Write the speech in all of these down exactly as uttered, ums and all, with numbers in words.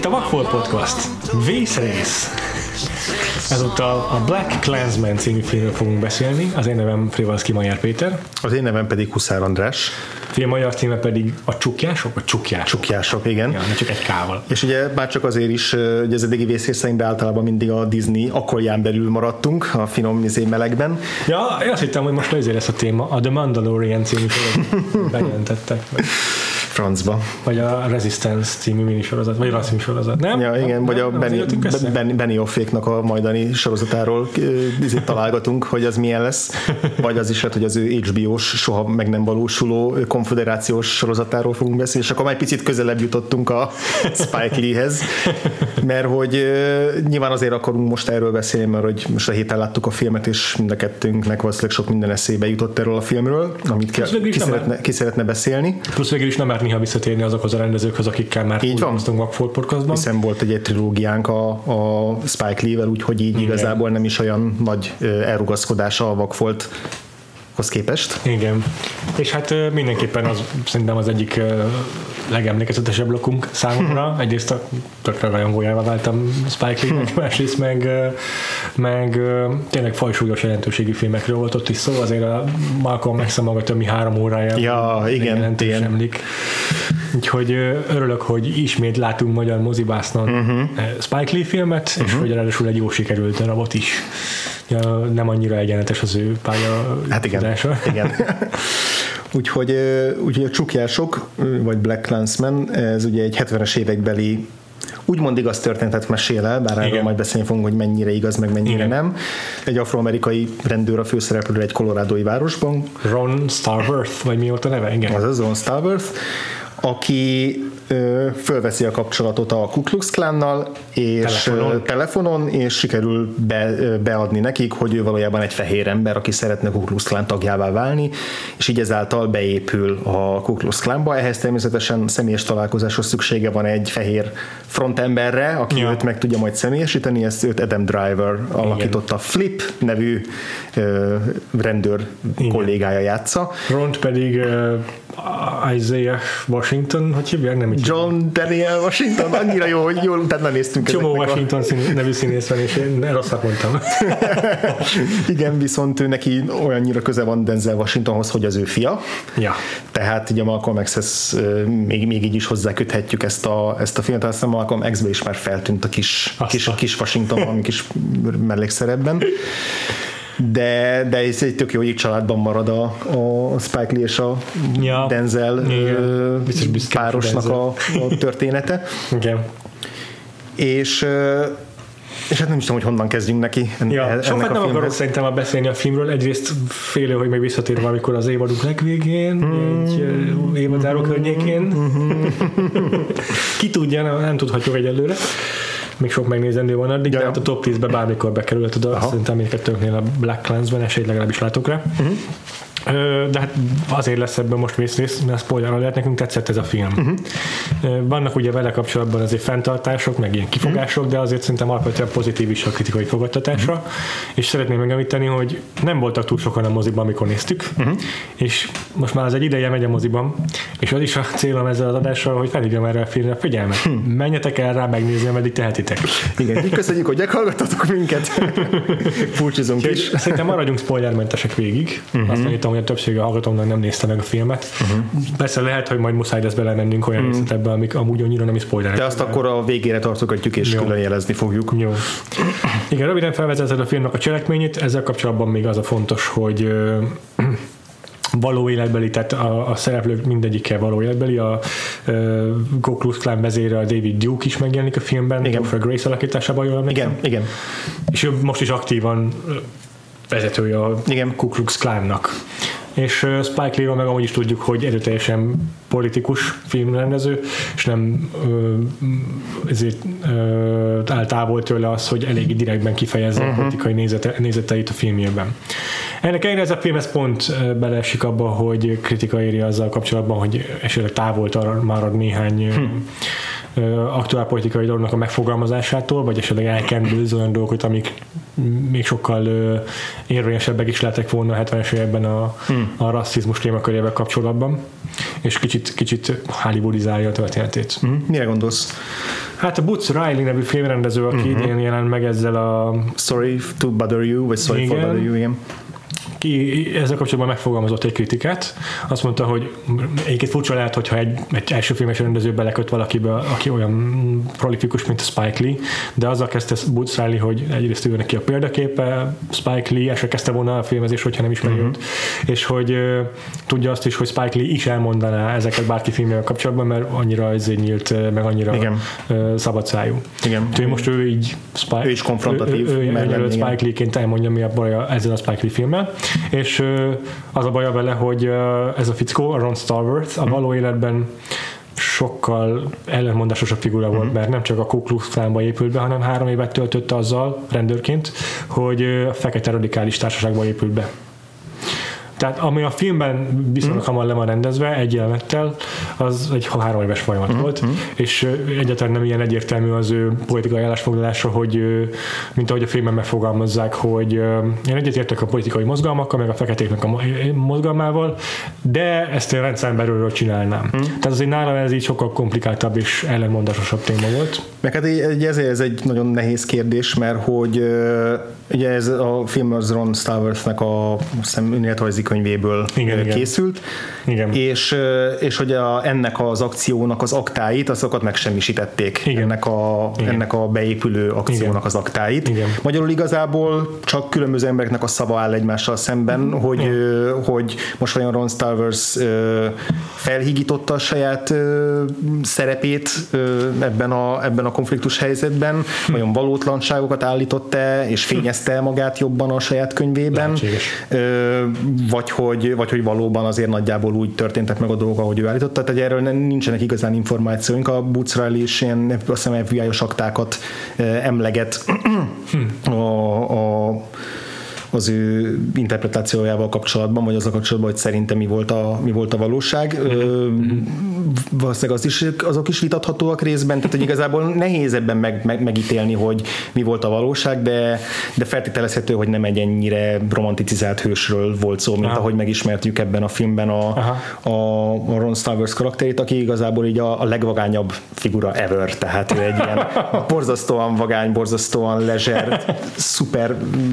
a Vagfolt Podcast vészrész. Ezúttal a Black Klansman című filmről fogunk beszélni. Az én nevem Frivalszki Majer Péter. Az én nevem pedig Huszár András. Film magyar címe pedig a Csukjások, vagy Csukjások? Csukjások, igen. Ja, csak egy kával. És ugye már csak azért is, hogy az eddigi vészrészeinkben általában mindig a Disney akkolján belül maradtunk, a finom izé melegben. Ja, én azt hittem, hogy most ezért lesz a téma. A The Mandalorian című filmet bejelentettek. Francba. Vagy a Resistance című minisorozat, vagy rasszmi sorozat, nem? Ja, igen, nem, vagy nem, a Benny, Benny, Benny Offéknak a majdani sorozatáról uh, találgatunk, hogy az milyen lesz. Vagy az is lehet, hogy az ő há bé ó-s, soha meg nem valósuló konfederációs sorozatáról fogunk beszélni, és akkor már egy picit közelebb jutottunk a Spike Lee-hez, mert hogy uh, nyilván azért akarunk most erről beszélni, mert hogy most a héten láttuk a filmet, és mind a kettőnknek valószínűleg sok minden eszébe jutott erről a filmről, amit ki, ki, szeretne, ki szeretne beszélni. Plusz végül is nem árt néha visszatérni azokhoz a rendezőkhöz, akikkel már foglalkoztunk Vagfolt Podcastban. Hiszen volt egy, egy trilógiánk a, a Spike Lee-vel, úgyhogy így igen. Igazából nem is olyan nagy elrugaszkodása a Vagfolthoz képest. Igen. És hát mindenképpen az szerintem az egyik legemlékezetesebb blokkunk számomra. Egyrészt a tökre rajongójává váltam Spike Lee-nek, másrészt meg, meg tényleg fajsúlyos jelentőségű filmekről volt ott is szó, azért a Malcolm X maga több mint három órájában ja, igen, igen. emlik. Úgyhogy örülök, hogy ismét látunk magyar mozibásznon uh-huh. Spike Lee filmet, uh-huh. és hogy ráadásul egy jó sikerült darabot is. Ja, nem annyira egyenletes az ő pálya hát igen, tudása. Igen. Úgyhogy, úgyhogy a Csukjások, vagy Black Klansman, ez ugye egy hetvenes évekbeli úgymond igaz történetet mesél el, bár erről majd beszélni fogunk, hogy mennyire igaz, meg mennyire igen. nem. Egy afroamerikai rendőr a főszereplő egy kolorádói városban. Ron Starworth, vagy mi volt a neve? Igen. Az az Ron Starworth, aki ö, fölveszi a kapcsolatot a Ku Klux Klannal és telefonon, telefonon és sikerül be, ö, beadni nekik, hogy ő valójában egy fehér ember, aki szeretne Ku Klux Klan tagjává válni, és így ezáltal beépül a Ku Klux Klanba. Ehhez természetesen személyes találkozáshoz szüksége van egy fehér frontemberre, aki ja. őt meg tudja majd személyesíteni, ezt őt Adam Driver alakította, Flip nevű ö, rendőr igen. kollégája játsza. Ront pedig ö, Isaiah Washington, hogy hívják? Nem John Daniel Washington, annyira jó, hogy jól utána néztünk. Csomó Washington a... nevű színész van, és én rosszat mondtam. Igen, viszont ő neki olyannyira köze van Denzel Washingtonhoz, hogy az ő fia. Ja. Tehát ugye Malcolm X-hez még, még így is hozzáköthetjük ezt a, ezt a filmet, aztán Malcolm X-be is már feltűnt a kis, kis, kis Washington, valami kis mellékszerepben. De, de ez egy tök jó, hogy családban marad a, a Spike Lee és a ja, Denzel ö, párosnak a, a története. Igen. És, és hát nem is tudom, hogy honnan kezdjünk neki en, ja, ennek sokat a nem filmhez. akarok szerintem a beszélni a filmről. Egyrészt félő, hogy még visszatér valamikor az évadunk legvégén, mm. egy uh, évadzáró környékén. Mm-hmm. Ki tudja, nem, nem tudhatjuk egyelőre. Még sok megnézendő van addig, ja. de hát a top tízbe bármikor bekerült a dolog, szerintem mindkettőnknél a Black Klansman esélyt legalábbis látok rá. Uh-huh. De hát azért lesz ebben most vészrész, mert spoiler lehet, nekünk tetszett ez a film. Uh-huh. Vannak ugye vele kapcsolatban azért fenntartások, meg ilyen kifogások, uh-huh. de azért szerintem alapvetően pozitív is a kritikai fogadtatásra, uh-huh. és szeretném megemlíteni, hogy nem voltak túl sokan a moziban, amikor néztük, uh-huh. és most már az egy ideje megy a moziban, és az is a célom ezzel az adással, hogy felhívjam erre a filmre a figyelmet. Uh-huh. Menjetek el rá megnézni, ameddig tehetitek. Igen, köszönjük, hogy meghallgattatok minket. Búcsúzunk is. Szerintem maradjunk spoilermentesek végig. Uh-huh. Azt mondtam, hogy a többsége hallgatómnak nem nézte meg a filmet. Uh-huh. Persze lehet, hogy majd muszáj lesz belemennünk olyan uh-huh. részletekbe, amik amúgy annyira nem is spoilerek. De azt akkor a végére tartogatjuk és jó. külön jelezni fogjuk. Jó. Igen, röviden felvezeted a filmnek a cselekményét, ezzel kapcsolatban még az a fontos, hogy való életbeli, tehát a, a szereplők mindegyike való életbeli, a uh, Ku Klux Klan vezére, a David Duke is megjelenik a filmben, Topher Grace alakításában, jól emlékszem. Igen, igen. És ő most is aktívan vezetője a igen. Ku Klux Klannak. És uh, Spike Lee-ról meg amúgy is tudjuk, hogy erőteljesen politikus filmrendező, és nem uh, ezért uh, áll távol tőle az, hogy eléggé direktben kifejezze uh-huh. a politikai nézete, nézeteit a filmjében. Ennek ellenére ez a film ez pont uh, beleesik abba, hogy kritika éri azzal kapcsolatban, hogy esetleg távol marad néhány uh, hmm. aktuál politikai dolognak a megfogalmazásától, vagy esetleg elkendőz olyan dolgokat, amik még sokkal érvényesebbek is lehetek volna a hetvenes években a, hmm. a rasszizmus témakörével kapcsolatban, és kicsit, kicsit hollywoodizálja a történetét. Hmm. Mire gondolsz? Hát a Boots Riley nevű filmrendező, aki uh-huh. idén jelent meg ezzel a... Sorry to bother you, vagy Sorry igen. for bother you, igen. Ki ezzel kapcsolatban megfogalmazott egy kritikát. Azt mondta, hogy egyébként furcsa lehet, hogyha egy, egy első filmes rendező beleköt valakibe, aki olyan prolifikus, mint a Spike Lee, de azzal kezdte Boots Riley, hogy egyrészt ő neki a példaképe, Spike Lee, és kezdte volna a filmezés, hogyha nem ismeri uh-huh. őt, és hogy uh, tudja azt is, hogy Spike Lee is elmondaná ezeket bárki filmjével kapcsolatban, mert annyira ezért nyílt, meg annyira uh, szabadszájú. Igen. Ő most ő így Spike, ő is konfrontatív. Ő, ő, ő, ő Spike Lee-ként elmondja, mi a baj ezzel a Spike Lee filmmel. És az a baja vele, hogy ez a fickó, a Ron Stallworth, a való életben sokkal ellenmondásosabb figura volt, mert nem csak a Ku Klux Klanba épült be, hanem három évet töltött azzal rendőrként, hogy a fekete radikális társaságba épült be. Tehát ami a filmben viszonylag hamar le van rendezve, egy jelenettel, az egy három éves folyamat mm. volt, mm. és egyáltalán nem ilyen egyértelmű az ő politikai állásfoglalása, hogy mint ahogy a filmben megfogalmazzák, hogy én egyetértek a politikai mozgalmakkal, meg a feketéknek a mozgalmával, de ezt a rendszeren belülről csinálnám. Mm. Tehát azért nálam ez így sokkal komplikáltabb és ellenmondásosabb téma volt. Meg hát ez, ez egy nagyon nehéz kérdés, mert hogy ugye ez a film az Ron Stallworthnek a önéletrajzi könyvéből igen, készült, igen. És, és hogy a, ennek az akciónak az aktáit, azokat megsemmisítették. Igen. Ennek, a, ennek a beépülő akciónak igen. az aktáit. Igen. Magyarul igazából csak különböző embereknek a szava áll egymással szemben, hogy, igen. hogy most vajon Ron Stallworth felhígította a saját szerepét ebben a, ebben a konfliktus helyzetben, hm. vajon valótlanságokat állított-e, és fényezte magát jobban a saját könyvében, vagy hogy, vagy hogy valóban azért nagyjából úgy történtek meg a dolgok, ahogy ő állította. Tehát erről nincsenek igazán információink. A Boots Riley is ilyen, azt hiszem, ef bé i-os aktákat emleget a, a az ő interpretációjával kapcsolatban, vagy azzal kapcsolatban, hogy szerintem mi volt a, mi volt a valóság. Mm-hmm. Valószínűleg az is, azok is vitathatóak részben, tehát hogy igazából nehéz ebben meg, meg, megítélni, hogy mi volt a valóság, de, de feltételezhető, hogy nem egy ennyire romanticizált hősről volt szó, mint aha. ahogy megismertük ebben a filmben a, a, a Ron Stallworth karakterét, aki igazából így a, a legvagányabb figura ever, tehát ő egy ilyen borzasztóan vagány, borzasztóan leisure, szuper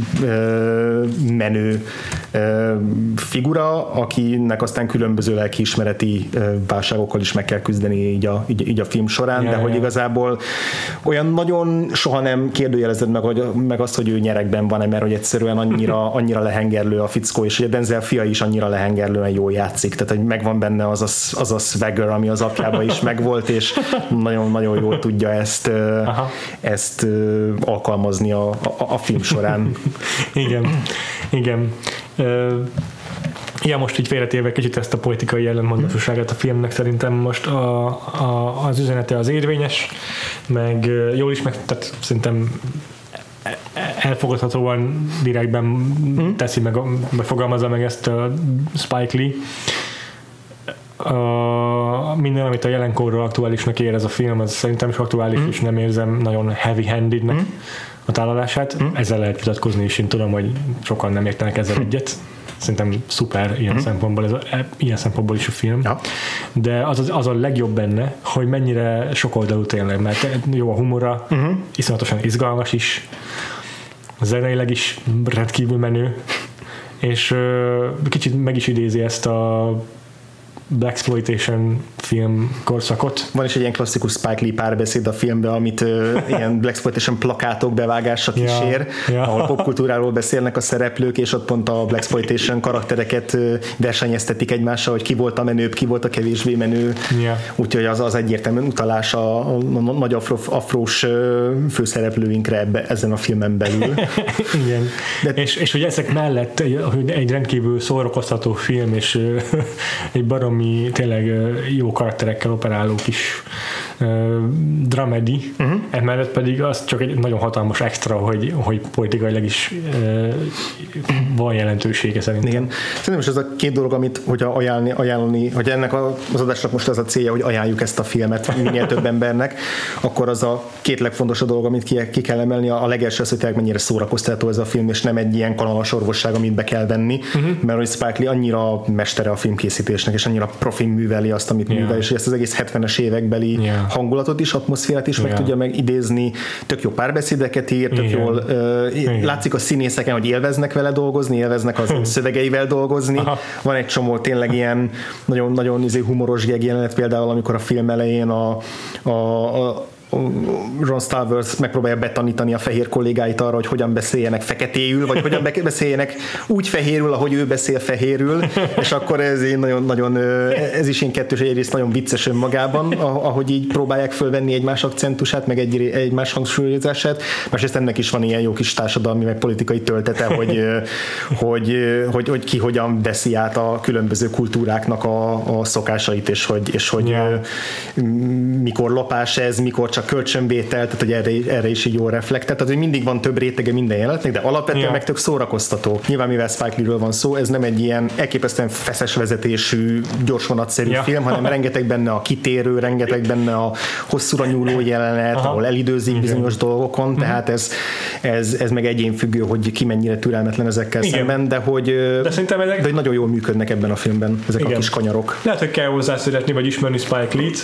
menő figura, akinek aztán különböző lelkiismereti válságokkal is meg kell küzdeni így a, így, így a film során, yeah, de hogy yeah. igazából olyan nagyon soha nem kérdőjelezed meg, hogy, meg azt, hogy ő nyerekben van, mert hogy egyszerűen annyira, annyira lehengerlő a fickó, és ugye Denzel fia is annyira lehengerlően jól játszik, tehát hogy megvan benne az a, az a swagger, ami az apjában is megvolt, és nagyon-nagyon jól tudja ezt, ezt alkalmazni a, a, a film során. Igen, igen. Uh, ja, most így félretérve kicsit ezt a politikai ellentmondásosságát a filmnek, szerintem most a, a, az üzenete az érvényes, meg jól is meg, tehát szerintem elfogadhatóan direktben hmm. teszi meg, vagy fogalmazza meg ezt a Spike Lee. A, minden, amit a jelenkorról aktuálisnak érez a film, az szerintem is aktuális, hmm. és nem érzem nagyon heavy-handednek hmm. a tálalását. Hmm. Ezzel lehet vitatkozni, és én tudom, hogy sokan nem értenek ezzel egyet. Szerintem szuper ilyen, hmm. szempontból, ez a, ilyen szempontból is a film. Ja. De az, az, az a legjobb benne, hogy mennyire sokoldalú tényleg, mert jó a humora, hmm. iszonyatosan izgalmas is, zeneileg is rendkívül menő, és uh, kicsit meg is idézi ezt a blaxploitation film korszakot. Van is egy ilyen klasszikus Spike Lee párbeszéd a filmben, amit uh, ilyen blaxploitation plakátok bevágása kísér, ja, ja. ahol popkultúráról beszélnek a szereplők, és ott pont a blaxploitation karaktereket uh, versenyeztetik egymással, hogy ki volt a menőbb, ki volt a kevésbé menő. Yeah. Úgyhogy az, az egyértelműen utalás a, a, a nagy afro, afrós uh, főszereplőinkre ebbe, ezen a filmen belül. Igen. De, és, és hogy ezek mellett egy, egy rendkívül szórakoztató film, és uh, egy barom ami tényleg jó karakterekkel operáló kis dramedy, uh-huh. emellett pedig az csak egy nagyon hatalmas extra, hogy, hogy politikailag is uh, van jelentősége szerintem. Igen. Szerintem is ez a két dolog, amit hogyha ajánlani, ajánlani, hogy ennek az adásnak most az a célja, hogy ajánljuk ezt a filmet minél több embernek, akkor az a két legfontosabb dolog, amit ki, ki kell emelni, a legelső az, hogy tényleg mennyire szórakoztató ez a film, és nem egy ilyen kanalas orvosság, amit be kell venni, uh-huh. mert hogy Spike Lee annyira mestere a filmkészítésnek, és annyira profin műveli azt, amit yeah. művel, és ezt az egész hetvenes évekbeli yeah. hangulatot is, atmoszférát is yeah. meg tudja megidézni, tök jó párbeszédeket ír, tök igen. jól uh, látszik a színészeken, hogy élveznek vele dolgozni, élveznek az szövegeivel dolgozni. Aha. Van egy csomó tényleg ilyen nagyon, nagyon izé humoros gag jelenet, például amikor a film elején a, a, a Ron Stallworth megpróbálja betanítani a fehér kollégáit arra, hogy hogyan beszéljenek feketéül, vagy hogyan beszéljenek úgy fehérül, ahogy ő beszél fehérül, és akkor ez nagyon, nagyon, ez is én kettős, egyrészt nagyon vicces önmagában, ahogy így próbálják fölvenni egymás akcentusát, meg egy, egymás hangsúlyozását, másrészt ennek is van ilyen jó kis társadalmi, meg politikai töltete, hogy, hogy, hogy, hogy ki hogyan veszi át a különböző kultúráknak a, a szokásait, és hogy, és hogy yeah. mikor lopás ez, mikor csak kölcsönvétel, tehát hogy erre, erre is így jól reflektál, tehát hogy mindig van több rétege minden jelenetnek, de alapvetően yeah. meg tök szórakoztató. Nyilván mivel Spike Lee-ről van szó, ez nem egy ilyen elképesztően feszes vezetésű, gyorsvonatszerű yeah. film, hanem rengeteg benne a kitérő, rengeteg benne a hosszúra nyúló jelenet, aha. ahol elidőzik bizonyos dolgokon, mm-hmm. tehát ez, ez, ez meg egyénfüggő, hogy ki mennyire türelmetlen ezekkel igen. szemben, de hogy, de ezek... de hogy nagyon jól működnek ebben a filmben ezek igen. a kis kanyarok. Lehet, hogy kell hozzá szeretni, vagy ismerni Spike Lee-t,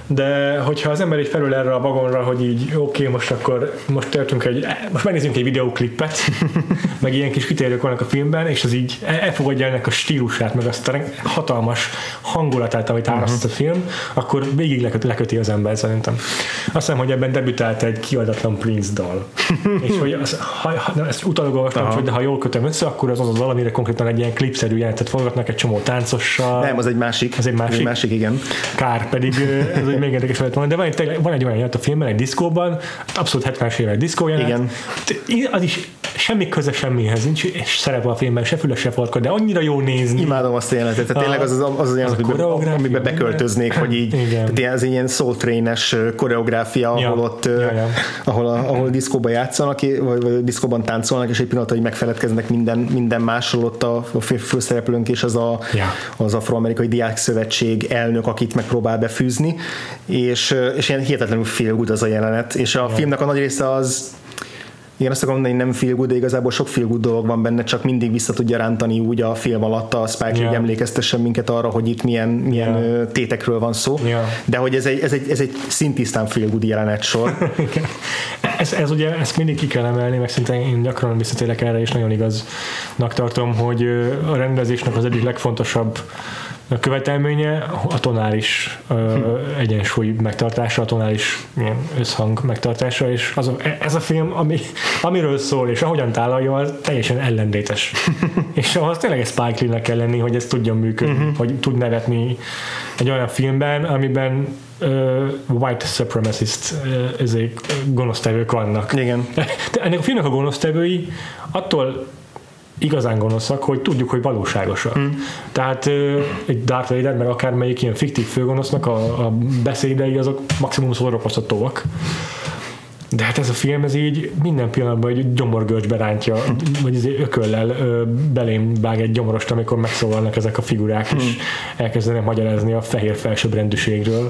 de hogyha az ember így felül erre a vagonra, hogy így oké, okay, most akkor most tartunk egy, most megnézzünk egy videóklippet, meg ilyen kis kitérők vannak a filmben, és az így elfogadja ennek a stílusát, meg azt a hatalmas hangulatát, amit áraszt a film, akkor végig leköti, leköti az ember szerintem. Azt hiszem, hogy ebben debütált egy kiadatlan Prince dal. És hogy az, ha, ha, ezt utalog olvastam, hogy de ha jól kötöm össze, akkor az az az valamire konkrétan egy ilyen klipszerű jelentet forgatnak, egy csomó táncossal. Nem, az egy másik. Az egy másik. Egy másik, igen. Kár, pedig ez egy még érdekes lett volna. De van egy, van egy olyan jelent a filmben, egy diszkóban, abszolút hetvenes évek diszkó jelent. Igen. Az is semmi köze semmihez nincs, és szerepel a filmben se füle, se farka, de annyira jó nézni. Imádom azt a jelenetet. Tehát tényleg az az, az, az, az, az amiben beköltöznék, hogy így, tehát ez egy ilyen Soul Train-es koreográfia, ahol ja. ott, ja, ja. ahol, ahol diszkóban játszanak, vagy, vagy diszkóban táncolnak, és egy pillanat, hogy megfeledkeznek minden, minden másról, ott a, a főszereplőnk és az a, ja. az Afroamerikai Diák Szövetség elnök, akit megpróbál befűzni, és, és ilyen hihetetlenül feel good az a jelenet, és a ja. filmnek a nagy része az igen, azt akarom mondani, hogy nem feel good, de igazából sok feel good dolog van benne, csak mindig vissza tudja rántani úgy a film alatt a Spike Lee, yeah. hogy emlékeztessen minket arra, hogy itt milyen, milyen yeah. tétekről van szó, yeah. de hogy ez egy, ez egy, ez egy szintisztán feel good jelenet sor. ez, ez ugye, ezt mindig ki kell emelni, meg szerintem én gyakran visszatérek erre, és nagyon igaznak tartom, hogy a rendezésnek az egyik legfontosabb a követelménye a tonális uh, egyensúly megtartása, a tonális ilyen összhang megtartása, és az a, ez a film, ami, amiről szól, és ahogyan tálalja, az teljesen ellentétes. És ahhoz tényleg egy Spike Lee-nek kell lenni, hogy ez tudjon működni, uh-huh. hogy tud nevetni egy olyan filmben, amiben uh, white supremacist uh, ezek gonosztevők vannak. Igen. De ennek a filmnek a gonosztevői attól igazán gonoszak, hogy tudjuk, hogy valóságosak. Hmm. Tehát egy Darth Vader, meg akármelyik ilyen fiktív főgonosznak a, a beszédei azok maximum szórakoztatóak. De hát ez a film, ez így minden pillanatban egy gyomorgörcsbe rántja, hmm. vagy azért ököllel ö, belém vág egy gyomorost, amikor megszólalnak ezek a figurák, hmm. és elkezdenek magyarázni a fehér felsőbbrendűségről.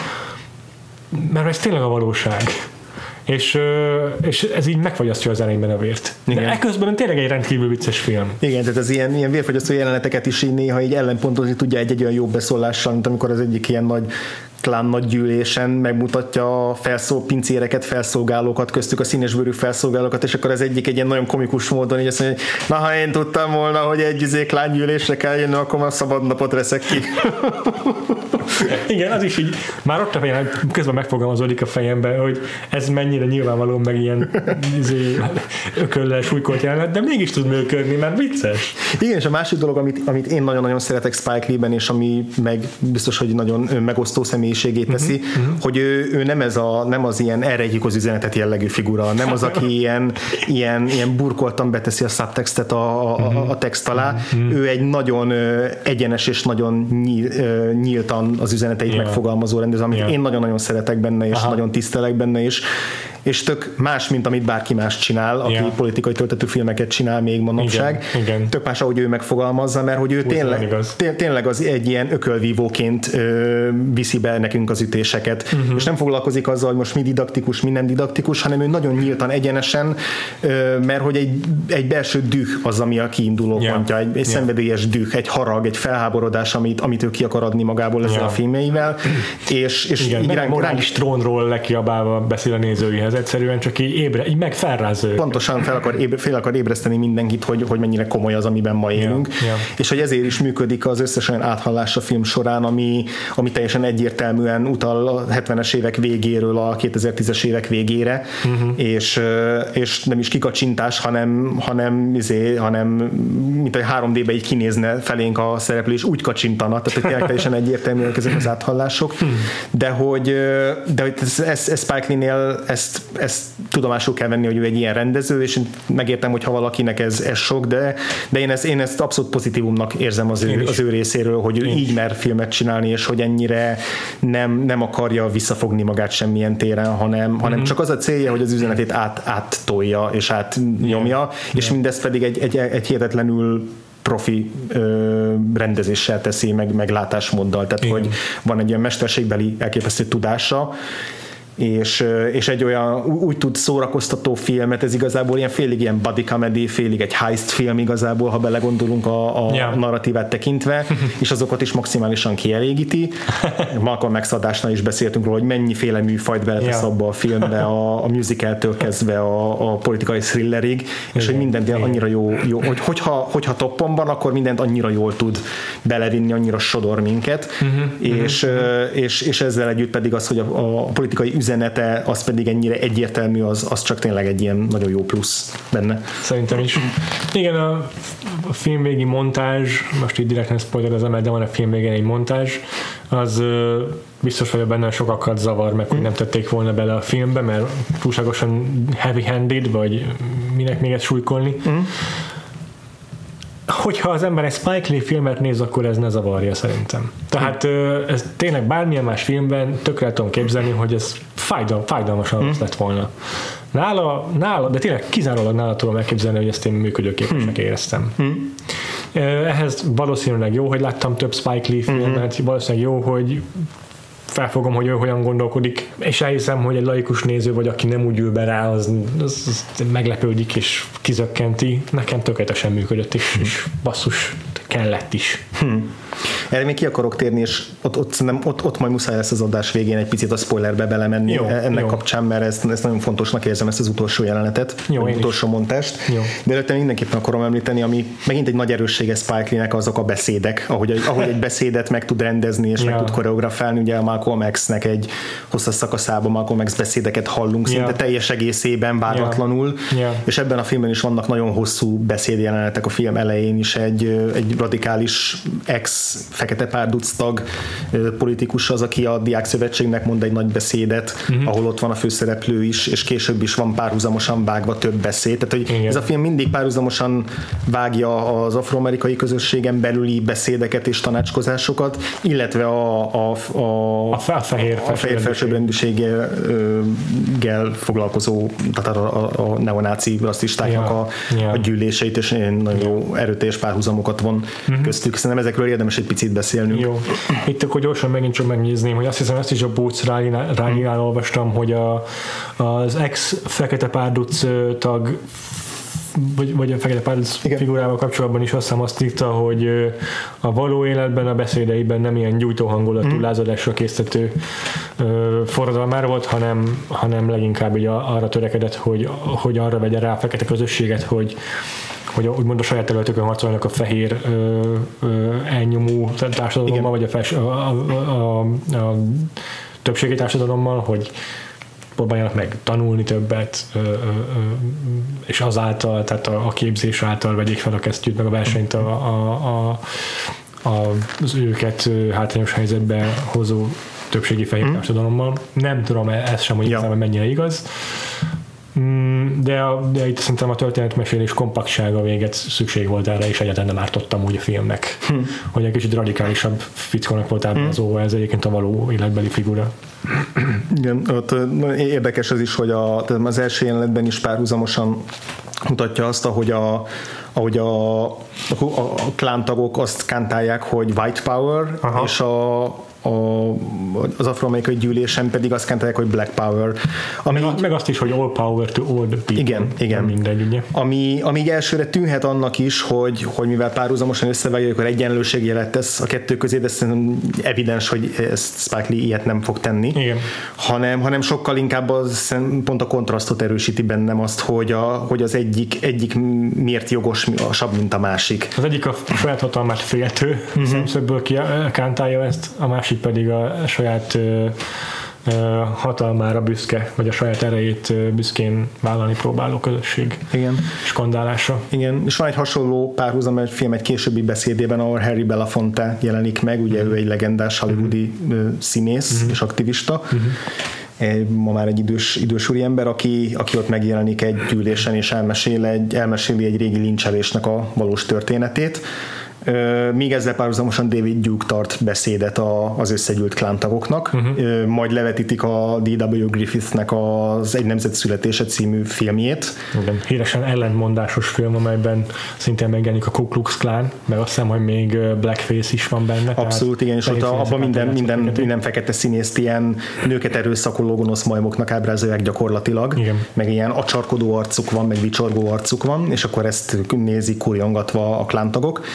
Mert ez tényleg a valóság. És, és ez így megfagyasztja az elejében a vért. Igen. De ekközben tényleg egy rendkívül vicces film. Igen, tehát az ilyen, ilyen vérfagyasztó jeleneteket is így néha így ellenpontozni tudja egy-egy olyan jó beszólással, mint amikor az egyik ilyen nagy klán nagy gyűlésen megmutatja a felszól, pincéreket, felszolgálókat, köztük a színesbőrű felszolgálókat, és akkor az egyik egy ilyen nagyon komikus módon így azt mondja, hogy na, ha én tudtam volna, hogy egy izé klán gyűlésre kell jönni, akkor már szabad napot veszek ki. Igen, az is így, már ott a fejem, közben megfogalmazódik a fejemben, hogy ez mennyire nyilvánvaló, meg ilyen izé, ököllel súlykolt jelenet, de mégis tud működni, mert vicces. Igen, és a másik dolog, amit, amit én nagyon-nagyon szeretek Spike Lee-ben, és ami meg biztos, hogy nagyon megosztó személyiségét teszi, uh-huh. hogy ő, ő nem, ez a, nem az ilyen elrejtjük az üzenetet jellegű figura, nem az, aki ilyen, ilyen, ilyen burkoltan beteszi a subtextet a, a, a text alá. Uh-huh. Ő egy nagyon egyenes és nagyon nyíltan pontosan az üzeneteit yeah. megfogalmazó rendező, amit yeah. én nagyon-nagyon szeretek benne, és Aha. nagyon tisztelek benne is, és tök más, mint amit bárki más csinál, aki yeah. politikai töltető filmeket csinál még manapság. Igen, igen. Tök más, ahogy ő megfogalmazza, mert hogy ő tényleg, tényleg az egy ilyen ökölvívóként ö, viszi be nekünk az ütéseket, uh-huh. és nem foglalkozik azzal, hogy most mi didaktikus, mi nem didaktikus, hanem ő nagyon nyíltan, egyenesen, ö, mert hogy egy, egy belső düh az, ami a kiinduló yeah. pontja, egy, egy yeah. szenvedélyes düh, egy harag, egy felháborodás, amit, amit ő ki akar adni magából ezzel yeah. a filmjeivel, és, és igen, így ránk, morális ránk, trónról lekiabálva beszél a nézőihez, egyszerűen csak így, ébre, így meg felrázza őket. Pontosan fel akar, ébre, fel akar ébreszteni mindenkit, hogy, hogy mennyire komoly az, amiben ma élünk, yeah. Yeah. és hogy ezért is működik az összes olyan áthallás a film során, ami, ami teljesen egyértelműen utal a hetvenes évek végéről a kétezer-tízes évek végére, uh-huh. és, és nem is kikacsintás, hanem, hanem, izé, hanem mint egy három dé-be így kinézne felénk a szereplő, és úgy kacsintana, tehát hogy teljesen egyértelműen ezek az áthallások, de hogy, de hogy ez, ez, ez Spike Lee-nél ezt, ezt tudomásul kell venni, hogy ő egy ilyen rendező, és megértem, hogy ha valakinek ez, ez sok, de, de én, ezt, én ezt abszolút pozitívumnak érzem az ő, az ő részéről, hogy ő így mer filmet csinálni, és hogy ennyire nem, nem akarja visszafogni magát semmilyen téren, hanem, mm-hmm. hanem csak az a célja, hogy az üzenetét át, áttolja, és átnyomja, yeah. és yeah. mindezt pedig egy, egy, egy hihetetlenül profi ö, rendezéssel teszi, meg, meg látásmóddal, tehát igen. hogy van egy ilyen mesterségbeli elképesztő tudása, és, és egy olyan úgy tud szórakoztató filmet, ez igazából ilyen félig ilyen buddy comedy, félig egy heist film igazából, ha belegondolunk a, a yeah. narratívát tekintve, és azokat is maximálisan kielégíti. Malcolm X adásnál is beszéltünk róla, hogy mennyiféle műfajt beletesz yeah. abba a filmbe, a, a musicaltől kezdve a, a politikai thrillerig, és igen, hogy mindent igen. annyira jó, jó hogy, hogyha, hogyha toppon van, akkor mindent annyira jól tud belevinni, annyira sodor minket, uh-huh, és, uh-huh. és, és ezzel együtt pedig az, hogy a, a politikai üzenete, az pedig ennyire egyértelmű, az, az csak tényleg egy ilyen nagyon jó plusz benne. Szerintem is. Igen, a, a film végi montázs, most így direkt nem spoilerezem el, de van a film végén egy montázs, az biztos vagyok benne, sokakat zavar meg, hogy nem tették volna bele a filmbe, mert túlságosan heavy-handed, vagy minek még ezt súlykolni. Mm. Hogyha az ember egy Spike Lee filmet néz, akkor ez ne zavarja szerintem. Tehát ez tényleg bármilyen más filmben tökre tudom képzelni, hogy ez fájdal, fájdalmasan rossz lett volna. Nála, nála, de tényleg kizárólag nála tudom elképzelni, hogy ezt én működőképesnek éreztem. Hmm. Ehhez valószínűleg jó, hogy láttam több Spike Lee filmet, hmm. valószínűleg jó, hogy felfogom, hogy ő hogyan gondolkodik, és elhiszem, hogy egy laikus néző, vagy aki nem úgy ül be rá, az, az, az meglepődik és kizökkenti. Nekem tökéletesen működött, és, és basszus, kellett is. Hmm. Erre még ki akarok térni, és ott, ott, ott, ott majd muszáj lesz az adás végén egy picit a spoilerbe belemenni jó, ennek jó. kapcsán, mert ezt, ezt nagyon fontosnak érzem, ezt az utolsó jelenetet, jó, az utolsó is. montást. Jó. De előtte mindenképpen akarom említeni, ami megint egy nagy erőssége Spike Lee-nek, azok a beszédek, ahogy, ahogy egy beszédet meg tud rendezni, és ja. meg tud koreografálni. Ugye a Malcolm X-nek egy hosszas szakaszában Malcolm X beszédeket hallunk, ja. szinte teljes egészében, váratlanul, ja. Ja. és ebben a filmben is vannak nagyon hosszú beszédjelenetek a film elején is, egy, egy radikális ex fekete párduc tag politikus az, aki a Diák Szövetségnek mond egy nagy beszédet, uh-huh. ahol ott van a főszereplő is, és később is van párhuzamosan vágva több beszéd. Tehát, hogy ez a film mindig párhuzamosan vágja az afroamerikai közösségen belüli beszédeket és tanácskozásokat, illetve a, a, a, a, a fehér, a fehér felsőbbrendűséggel foglalkozó, tehát a, a, a neonáci rasszistáknak ja. a, ja. a gyűléseit, és nagyon jó erőteljes párhuzamokat von uh-huh. köztük. Szerintem ezekről érdemes egy picit beszélnünk. Jó. Itt akkor gyorsan megint csak megnézném, hogy azt hiszem, ezt is a Boots rágínál olvastam, hogy a, az ex-fekete párduc tag vagy, vagy a fekete párduc figurával kapcsolatban is azt hiszem azt írta, hogy a való életben a beszédeiben nem ilyen gyújtó hangulatú, mm. lázadásra késztető forradalmár volt, hanem, hanem leginkább így arra törekedett, hogy, hogy arra vegye rá a fekete közösséget, hogy hogy úgymond a saját területükön harcolnak a fehér ö, ö, elnyomó társadalommal, vagy a, fels, a, a, a, a többségi társadalommal, hogy próbáljanak meg tanulni többet, ö, ö, és azáltal, tehát a, a képzés által vegyék fel a kesztyűt, meg a versenyt a, a, a, a, az őket hátrányos helyzetbe hozó többségi fehér mm. társadalommal. Nem tudom ez sem, hogy ja. mennyire igaz. De, a, de itt szerintem a történetmesélés kompaktsága véget szükség volt erre, és egyáltalán nem ártottam úgy a filmnek. Hm. Hogy egy kicsit radikálisabb fickónak volt ábrázolva hm. ez egyébként a való életbeli figura. Igen, ott érdekes az is, hogy a, az első jelenetben is párhuzamosan mutatja azt, ahogy a, ahogy a, a, a klántagok azt kántálják, hogy white power, aha. és a A, az afroamerikai gyűlésen pedig azt kentálják, hogy black power. Ami meg, meg azt is, hogy all power to all the people. Igen, igen. Mindegy, ugye? Ami, ami így elsőre tűnhet annak is, hogy, hogy mivel párhuzamosan összevágják, akkor egyenlőség jelet tesz a kettő közé, de szerintem evidens, hogy ezt Spike Lee ilyet nem fog tenni. Igen. Hanem, hanem sokkal inkább az, pont a kontrasztot erősíti bennem azt, hogy, a, hogy az egyik, egyik miért jogosabb, mint a másik. Az egyik a saját hatalmát féltő uh-huh. szemszögből kántálja ezt, a másik pedig a saját ö, ö, hatalmára büszke, vagy a saját erejét büszkén vállalni próbáló közösség. Igen. Skandálása. Igen, és van egy hasonló párhuzam, egy film egy későbbi beszédében, ahol Harry Belafonte jelenik meg, ugye uh-huh. ő egy legendás hollywoodi uh-huh. színész uh-huh. és aktivista. Uh-huh. Ma már egy idős, idős úriember, aki, aki ott megjelenik egy gyűlésen, és elmesél egy, elmeséli egy régi lincselésnek a valós történetét. Míg ezzel párhuzamosan David Duke tart beszédet az összegyűlt klántagoknak, uh-huh. majd levetítik a dé dupla vé Griffithnek az Egy nemzet születése című filmjét. Igen, híresen ellentmondásos film, amelyben szintén megjelenik a Ku Klux Klan, meg azt hiszem, hogy még blackface is van benne. Abszolút, igen, és ott abban minden, minden, minden fekete színészt ilyen nőket erőszakoló gonosz majmoknak ábrázolják gyakorlatilag, igen. meg ilyen acsarkodó arcuk van, meg vicsorgó arcuk van, és akkor ezt nézik kurjongatva a klántagok.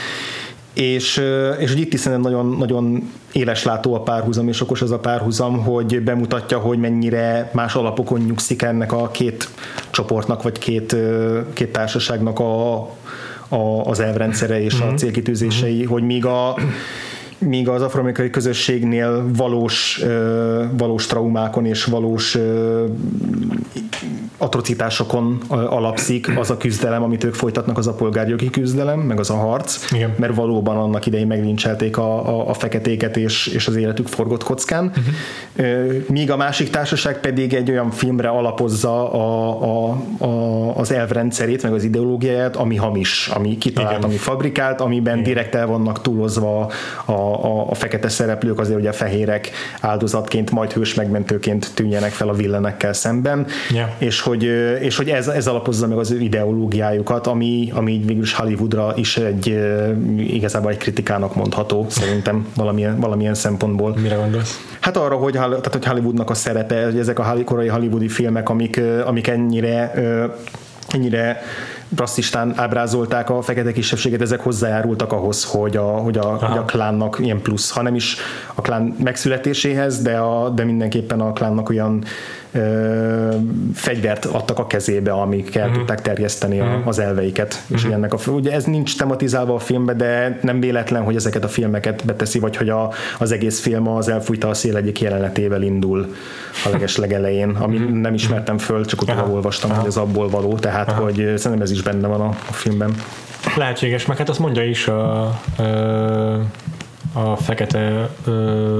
És, és hogy itt is szerintem nagyon, nagyon éleslátó a párhuzam, és okos az a párhuzam, hogy bemutatja, hogy mennyire más alapokon nyugszik ennek a két csoportnak, vagy két, két társaságnak a, a, az elvrendszere és mm-hmm. a célkitűzései, mm-hmm. hogy míg a míg az afroamerikai közösségnél valós, valós traumákon és valós atrocitásokon alapszik az a küzdelem, amit ők folytatnak, az a polgárjogi küzdelem, meg az a harc, igen. mert valóban annak idején meglincselték a, a, a feketéket, és, és az életük forgott kockán. Uh-huh. Míg a másik társaság pedig egy olyan filmre alapozza a, a, a, az elvrendszerét, meg az ideológiáját, ami hamis, ami kitalált, igen. ami fabrikált, amiben igen. direkt el vannak túlozva a, a, a fekete szereplők azért, hogy a fehérek áldozatként, majd hős megmentőként tűnjenek fel a villenekkel szemben, yeah. és hogy, és hogy ez, ez alapozza meg az ő ideológiájukat, ami, ami így végül is Hollywoodra is egy, igazából egy kritikának mondható, szerintem valamilyen, valamilyen szempontból. Mire gondolsz? Hát arra, hogy, tehát, hogy Hollywoodnak a szerepe, hogy ezek a korai hollywoodi filmek, amik, amik ennyire, ennyire rasszistán ábrázolták a fekete kisebbséget, ezek hozzájárultak ahhoz, hogy a, hogy a, hogy a klánnak ilyen plusz, hanem is a klán megszületéséhez, de, a, de mindenképpen a klánnak olyan ö, fegyvert adtak a kezébe, amikkel uh-huh. tudták terjeszteni a, az elveiket. Uh-huh. És ennek a, ugye ez nincs tematizálva a filmbe, de nem véletlen, hogy ezeket a filmeket beteszi, vagy hogy a, az egész film az Elfújta a szél egyik jelenetével indul a leges legelején, ami uh-huh. nem ismertem föl, csak utána uh-huh. olvastam, uh-huh. hogy ez abból való, tehát uh-huh. hogy szerintem ez is benne van a, a filmben. Lehetséges, meg hát azt mondja is a, a, a fekete a,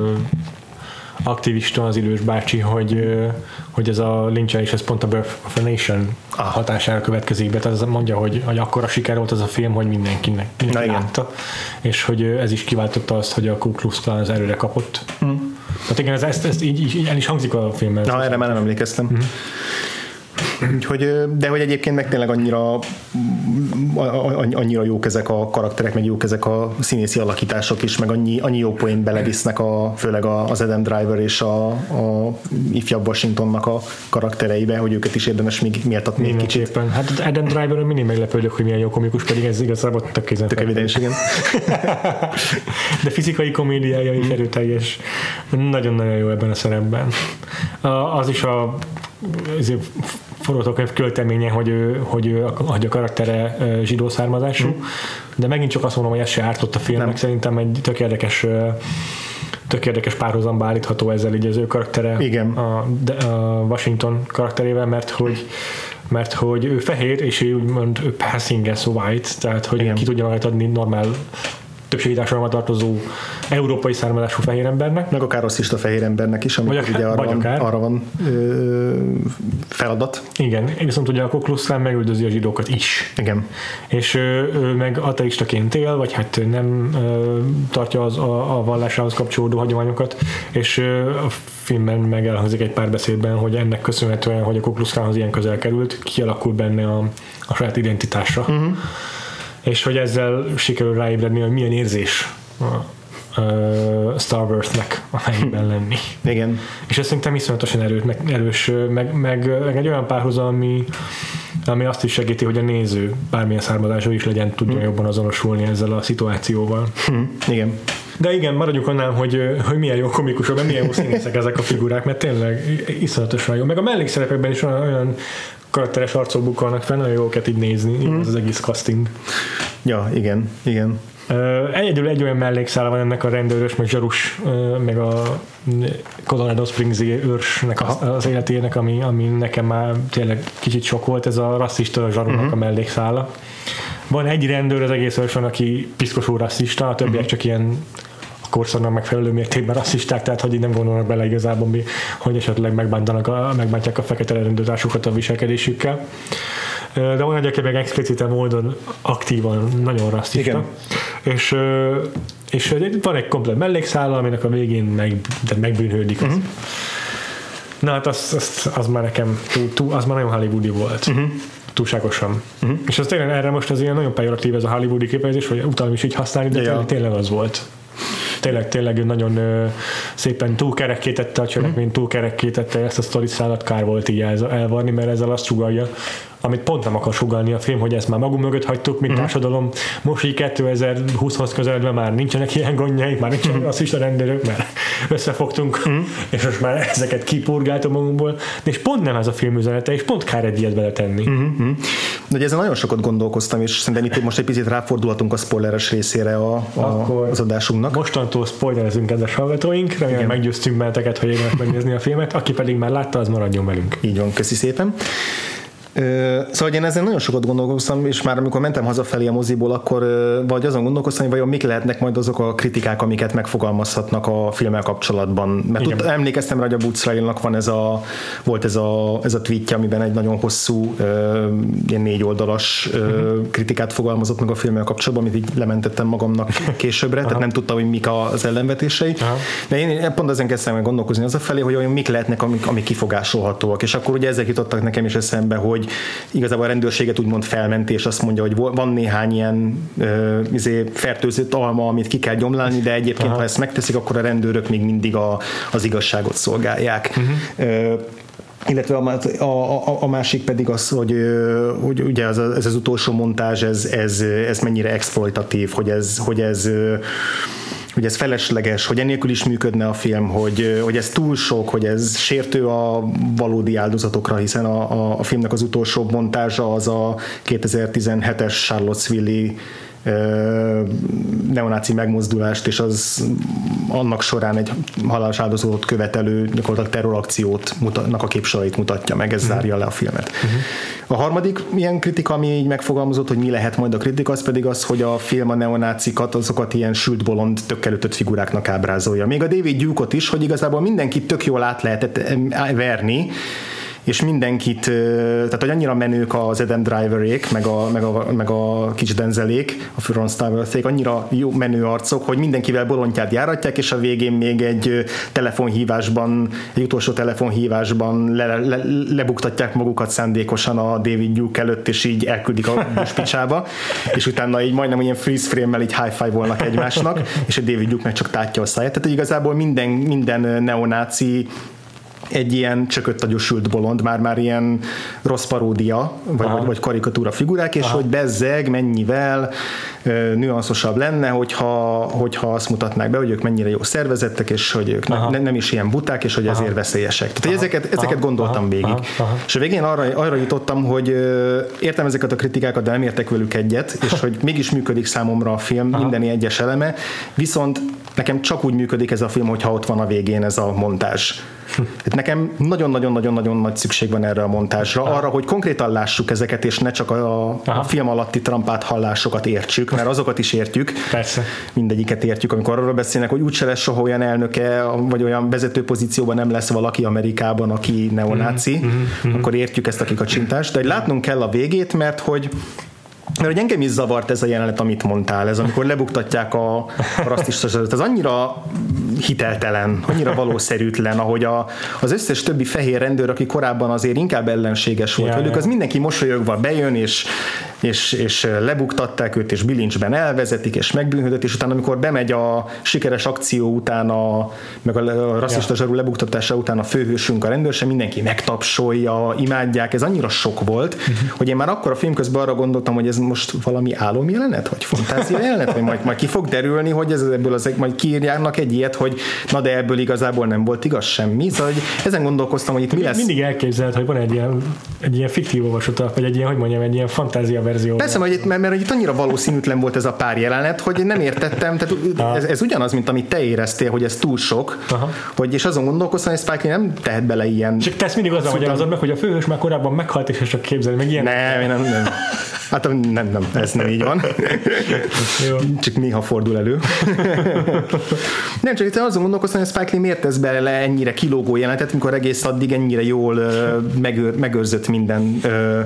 aktivista, az idős bácsi, hogy, hogy ez a lincselés, ez pont a Birth of a Nation hatására következik be, tehát mondja, hogy, hogy akkora siker volt az a film, hogy mindenkinek, mindenki látta, és hogy ez is kiváltotta azt, hogy a Ku Klux Klan az erőre kapott. Mm. Tehát igen, ez, ezt, ezt így, így el is hangzik a filmben. Na, erre már nem emlékeztem. Mm. Úgyhogy, de hogy egyébként meg tényleg annyira, annyira jók ezek a karakterek, meg jók ezek a színészi alakítások is, meg annyi, annyi jó poént belevisznek, a, főleg az Adam Driver és a, a ifjabb Washingtonnak a karaktereibe, hogy őket is érdemes még méltatni egy kicsit. Hát Adam Driver-ön mindig meglepődök, hogy milyen jó komikus, pedig ez igazából tök kézen. Tök evidens, igen. De fizikai komédiája is erőteljes. Nagyon-nagyon jó ebben a szerepben. Az is a forgatókönyv költeménye, hogy, ő, hogy, ő, hogy a karaktere zsidó származású, mm. de megint csak azt mondom, hogy ez se ártott a filmnek, nem. Szerintem egy tök érdekes, tök érdekes párhuzamba állítható ezzel így az ő karaktere igen. A, a Washington karakterével, mert hogy mert hogy ő fehér, és ő úgymond ő passing as white, tehát hogy igen. ki tudja magát adni normál többségi társadalomra tartozó európai származású fehér embernek. Meg akár rasszista fehér embernek is, amikor ugye arra van, arra van ö, feladat. Igen, viszont ugye a Ku Klux Klan megüldözi a zsidókat is. Igen. És ő meg ateistaként él, vagy hát nem ö, tartja az, a, a vallásához kapcsolódó hagyományokat, és ö, a filmben meg elhangzik egy pár beszédben, hogy ennek köszönhetően, hogy a Ku Klux Klanhoz ilyen közel került, kialakul benne a, a saját identitása. Uh-huh. És hogy ezzel sikerül ráébredni, hogy milyen érzés a, a Starworth-nek a helyében lenni. Igen. És ez szerintem iszonyatosan erős, meg, erős meg, meg, meg egy olyan párhuzam, ami, ami azt is segíti, hogy a néző bármilyen származású is legyen, tudja hmm. jobban azonosulni ezzel a szituációval. Hmm. Igen. De igen, maradjunk annál, hogy, hogy milyen jó komikusok, mert milyen jó színészek ezek a figurák, mert tényleg iszonyatosan jó. Meg a mellékszerepekben is olyan, olyan karakteres arcok bukkalnak fel, nagyon jókat így nézni, mm. az egész casting. Ja, igen, igen. Uh, egyedül egy olyan mellékszála van ennek a rendőrös, meg zsarus, uh, meg a Colorado Springs-i őrsnek az, az életének, ami, ami nekem már tényleg kicsit sok volt, ez a rasszista zsarúnak uh-huh. a mellékszála. Van egy rendőr az egész őrson, aki piszkosul rasszista, a többiek uh-huh. csak ilyen korszaknak megfelelő mértékben rasszisták, tehát hogy így nem gondolnak bele igazából, hogy esetleg megbántanak a, megbántják a fekete rendőrtársukat a viselkedésükkel. De olyan, aki meg expliciten módon aktívan nagyon rasszista. Igen. És, és van egy komplet mellékszála, aminek a végén meg, megbűnhődik. Uh-huh. Na hát az, az, az már nekem túl, túl, az már nagyon hollywoodi volt. Uh-huh. Túlságosan. Uh-huh. És az tényleg erre most az ilyen nagyon pejoratív ez a hollywoodi kifejezés, hogy utána is így használni, de ja. tényleg, tényleg az volt. Tényleg, tényleg nagyon ö, szépen túlkerekkétette a cselekményt, túlkerekkétette ezt a sztoriszállat, kár volt így el, elvarni, mert ezzel azt sugalja, amit pont nem akar sugalni a film, hogy ezt már magunk mögött hagytuk, mint uh-huh. társadalom. Most így kétezer-húszhoz közeledve már nincsenek ilyen gondjaink, már nincsenek uh-huh. rasszista rendőrök, mert összefogtunk, uh-huh. és most már ezeket kipurgáltunk magunkból. De és pont nem ez a film üzenete, és pont kár egy ilyet beletenni. Uh-huh. De ezen nagyon sokat gondolkoztam, és szerintem itt most egy picit ráfordulhatunk a spoileres részére a, a, az adásunknak. Mostantól spoilerezünk, kedves hallgatóink, remélem meggyőztünk benneteket, hogy érdemes megnézni a filmet. Aki pedig már látta, az maradjon velünk. Így van, köszi szépen. Szóval én ezen nagyon sokat gondolkoztam, és már amikor mentem hazafelé a moziból, akkor vagy azon gondolkoztam, hogy vajon mik lehetnek majd azok a kritikák, amiket megfogalmazhatnak a filmmel kapcsolatban. Mert tud, emlékeztem rá, hogy a Boots Railnak van ez a, volt ez a, ez a tweetje, amiben egy nagyon hosszú, ilyen négy oldalas uh-huh. kritikát fogalmazott meg a filmmel kapcsolatban, amit így lementettem magamnak későbbre, tehát nem tudtam, hogy mik az ellenvetései. Uh-huh. De én pont ezen kezdtem meg gondolkozni azafelé, hogy olyan mik lehetnek, amik, amik kifogásolhatóak. És akkor ugye ezek jutottak nekem is eszembe, hogy igazából a rendőrséget úgymond felmenti, és azt mondja, hogy van néhány ilyen uh, izé, fertőzött alma, amit ki kell gyomlálni, de egyébként, Aha. ha ezt megteszik, akkor a rendőrök még mindig a, az igazságot szolgálják. Uh-huh. Uh, illetve a, a, a másik pedig az, hogy, hogy ugye ez, ez az utolsó montázs, ez, ez, ez mennyire exploitatív, hogy ez, hogy ez hogy ez felesleges, hogy enélkül is működne a film, hogy, hogy ez túl sok, hogy ez sértő a valódi áldozatokra, hiszen a, a, a filmnek az utolsó montázsa az a kétezer-tizenhetes Charlottesville-i neonáci megmozdulást, és az annak során egy halálos áldozatot követelő gyakorlatilag terrorakciót mutatnak a képsorait mutatja meg, ez uh-huh. zárja le a filmet. Uh-huh. A harmadik ilyen kritika, ami így megfogalmazott, hogy mi lehet majd a kritika, az pedig az, hogy a film a neonácikat, azokat ilyen sült bolond, tökkelütött figuráknak ábrázolja. Még a David Duke-ot is, hogy igazából mindenkit tök jól át lehetett verni, és mindenkit, tehát hogy annyira menők az Adam Driverék, meg a, meg a, meg a kis Denzelék, a Ron Starworthék, annyira jó menő arcok, hogy mindenkivel bolondját járatják, és a végén még egy telefonhívásban, egy utolsó telefonhívásban le, le, lebuktatják magukat szándékosan a David Duke előtt, és így elküldik a buspicsába, és utána így majdnem ilyen freeze frame-mel így high-five-olnak egymásnak, és a David Duke meg csak tátja a száját. Tehát igazából minden, minden neonáci egy ilyen csökött agyosült bolond, már-már ilyen rossz paródia, vagy, vagy, vagy karikatúra figurák, és Aha. hogy bezzeg mennyivel ö, nüanszosabb lenne, hogyha, hogyha azt mutatnák be, hogy ők mennyire jó szervezettek, és hogy ők ne, nem is ilyen buták, és hogy Aha. ezért veszélyesek. Tehát ezeket, ezeket gondoltam Aha. végig. Aha. Aha. És a végén arra, arra jutottam, hogy ö, értem ezeket a kritikákat, de nem értek velük egyet, és hogy mégis működik számomra a film Aha. minden egyes eleme, viszont nekem csak úgy működik ez a film, hogyha ott van a végén ez a montázs. Hát nekem nagyon-nagyon-nagyon-nagyon nagy szükség van erre a montázsra, Aha. arra, hogy konkrétan lássuk ezeket, és ne csak a, a film alatti trampát hallásokat értsük, mert azokat is értjük. Persze. Mindegyiket értjük, amikor arról beszélnek, hogy úgyse lesz soha olyan elnöke, vagy olyan vezető pozícióban nem lesz valaki Amerikában, aki neonáci, mm-hmm. akkor értjük ezt a kikacsintást, de látnunk kell a végét, mert hogy Mert hogy engem is zavart ez a jelenet, amit mondtál, ez amikor lebuktatják a, a rasszista zsarút. Ez annyira hiteltelen, annyira valószerűtlen, ahogy a, az összes többi fehér rendőr, aki korábban azért inkább ellenséges volt ja, velük, az mindenki mosolyogva bejön, és, és, és lebuktatták őt, és bilincsben elvezetik, és megbűnhődött, és utána, amikor bemegy a sikeres akció után, a, meg a rasszista ja. zsarú lebuktatása után a főhősünk, a rendőr, sem mindenki megtapsolja, imádják, ez annyira sok volt, uh-huh. hogy én már akkor a film közben arra gondoltam, hogy ez most valami álomjelenet, vagy fantázia jelenet, vagy majd, majd ki fog derülni, hogy ez ebből az, majd kiírjának egy ilyet, hogy na de ebből igazából nem volt igaz semmi. Szóval hogy ezen gondolkoztam, hogy itt mi lesz. Mindig elképzelhet, hogy van egy ilyen, egy ilyen fiktív olvasata, vagy egy ilyen, hogy mondjam, egy ilyen fantázia verzió. Persze, mert, mert, mert itt annyira valószínűtlen volt ez a pár jelenet, hogy nem értettem, tehát ez, ez ugyanaz, mint amit te éreztél, hogy ez túl sok, hogy, és azon gondolkoztam, hogy Spike Lee nem tehet bele ilyen. Csak te ezt mindig azzal magyarázod meg, hogy a főhős már korábban meghalt, és csak képzelni, meg ilyen. Nem, nem, nem. Hát nem, nem, ez nem így van. Jó. Csak néha fordul elő. Nem, csak itt azon gondolkoztam, hogy Spike Lee miért tesz bele ennyire kilógó jelenetet, mikor egész addig ennyire jól megőr, megőrzött minden,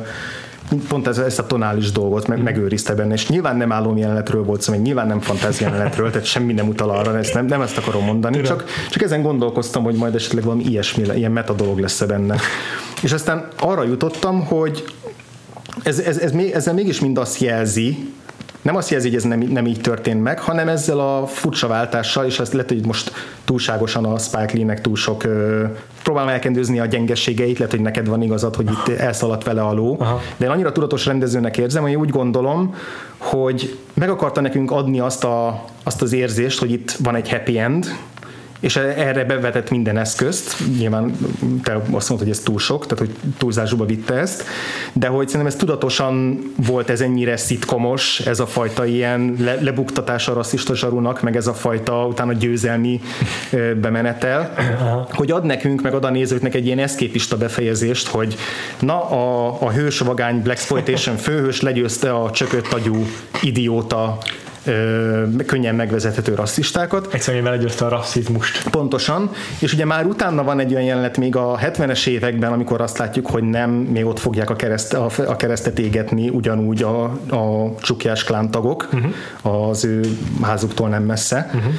pont ez, ezt a tonális dolgot meg, megőrizte benne, és nyilván nem álom jelenetről volt szó, meg nyilván nem fantázia jelenetről, tehát semmi nem utal arra, ezt nem, nem ezt akarom mondani, csak, csak ezen gondolkoztam, hogy majd esetleg valami ilyesmi, ilyen meta dolog lesz benne. És aztán arra jutottam, hogy Ez, ez, ez, ezzel mégis mind azt jelzi, nem azt jelzi, hogy ez nem, nem így történt meg, hanem ezzel a furcsa váltással, és azt lehet, hogy most túlságosan a Spike Lee-nek túl sok ö, próbálom elkendőzni a gyengeségeit, lehet, hogy neked van igazad, hogy itt elszaladt vele a ló, Aha. de én annyira tudatos rendezőnek érzem, hogy úgy gondolom, hogy meg akarta nekünk adni azt, a, azt az érzést, hogy itt van egy happy end, és erre bevetett minden eszközt, nyilván te azt mondtad, hogy ez túl sok, tehát hogy túlzásúba vitte ezt, de hogy szerintem ez tudatosan volt, ez ennyire szitkomos, ez a fajta ilyen le, lebuktatás a rasszista zsarúnak, meg ez a fajta utána győzelmi bemenetel, hogy ad nekünk, meg ad a nézőknek egy ilyen eszképista befejezést, hogy na a, a hős vagány Blaxploitation főhős legyőzte a csökött agyú idióta Ö, könnyen megvezethető rasszistákat. Egyszerűen legyőzte a rasszizmust. Pontosan, és ugye már utána van egy olyan jelenet még a hetvenes években, amikor azt látjuk, hogy nem, még ott fogják a, kereszt, a, a keresztet égetni ugyanúgy a, a csukjás klántagok, uh-huh. az ő házuktól nem messze. Uh-huh.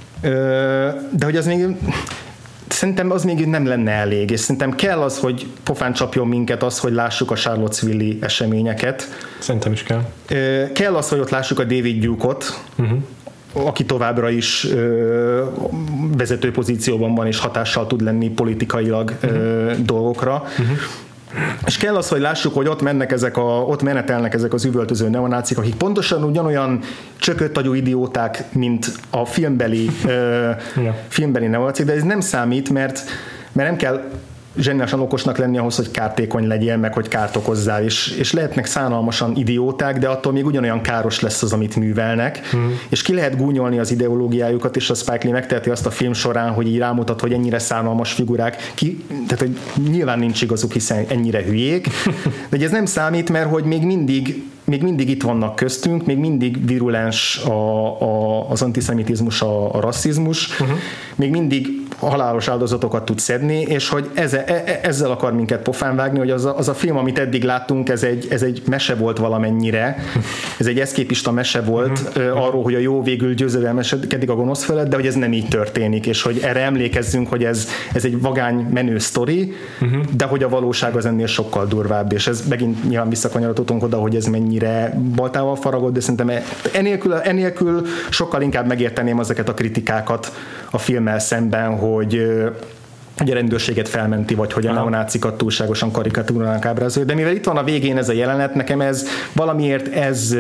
Ö, de hogy az még szerintem az még nem lenne elég, és szerintem kell az, hogy pofán csapjon minket az, hogy lássuk a Charlottesville-i eseményeket. Szerintem is kell. Kell az, hogy ott lássuk a David Duke-ot, uh-huh. aki továbbra is ö, vezető pozícióban van, és hatással tud lenni politikailag uh-huh. ö, dolgokra. Uh-huh. És kell az, hogy lássuk, hogy ott mennek ezek a, ott menetelnek ezek az üvöltöző neonácik, akik pontosan ugyanolyan csökött agyú idióták, mint a filmbeli, ö, yeah. filmbeli neonácik, de ez nem számít, mert, mert nem kell zseniálisan okosnak lenni ahhoz, hogy kártékony legyél, meg hogy kárt okozzál, és, és lehetnek szánalmasan idióták, de attól még ugyanolyan káros lesz az, amit művelnek, mm. és ki lehet gúnyolni az ideológiájukat, és a Spike Lee megteheti azt a film során, hogy így rámutat, hogy ennyire szánalmas figurák, ki, tehát hogy nyilván nincs igazuk, hiszen ennyire hülyék, de ez nem számít, mert hogy még mindig még mindig itt vannak köztünk, még mindig virulens a, a, az antiszemitizmus, a, a rasszizmus, uh-huh. még mindig halálos áldozatokat tud szedni, és hogy ezzel, ezzel akar minket pofán vágni, hogy az a, az a film, amit eddig láttunk, ez egy, ez egy mese volt valamennyire, ez egy eszképista mese volt uh-huh. arról, hogy a jó végül győzedelmeskedik a gonosz felett, de hogy ez nem így történik, és hogy erre emlékezzünk, hogy ez, ez egy vagány menő sztori, uh-huh. de hogy a valóság az ennél sokkal durvább, és ez megint nyilván visszakanyarodhatunk oda, hogy ez mennyire baltával faragott, de szerintem enélkül, enélkül sokkal inkább megérteném ezeket a kritikákat a filmmel szemben, hogy hogy a rendőrséget felmenti, vagy hogy a neonácikat túlságosan karikatúrának ábrázolja. De mivel itt van a végén ez a jelenet, nekem ez valamiért ez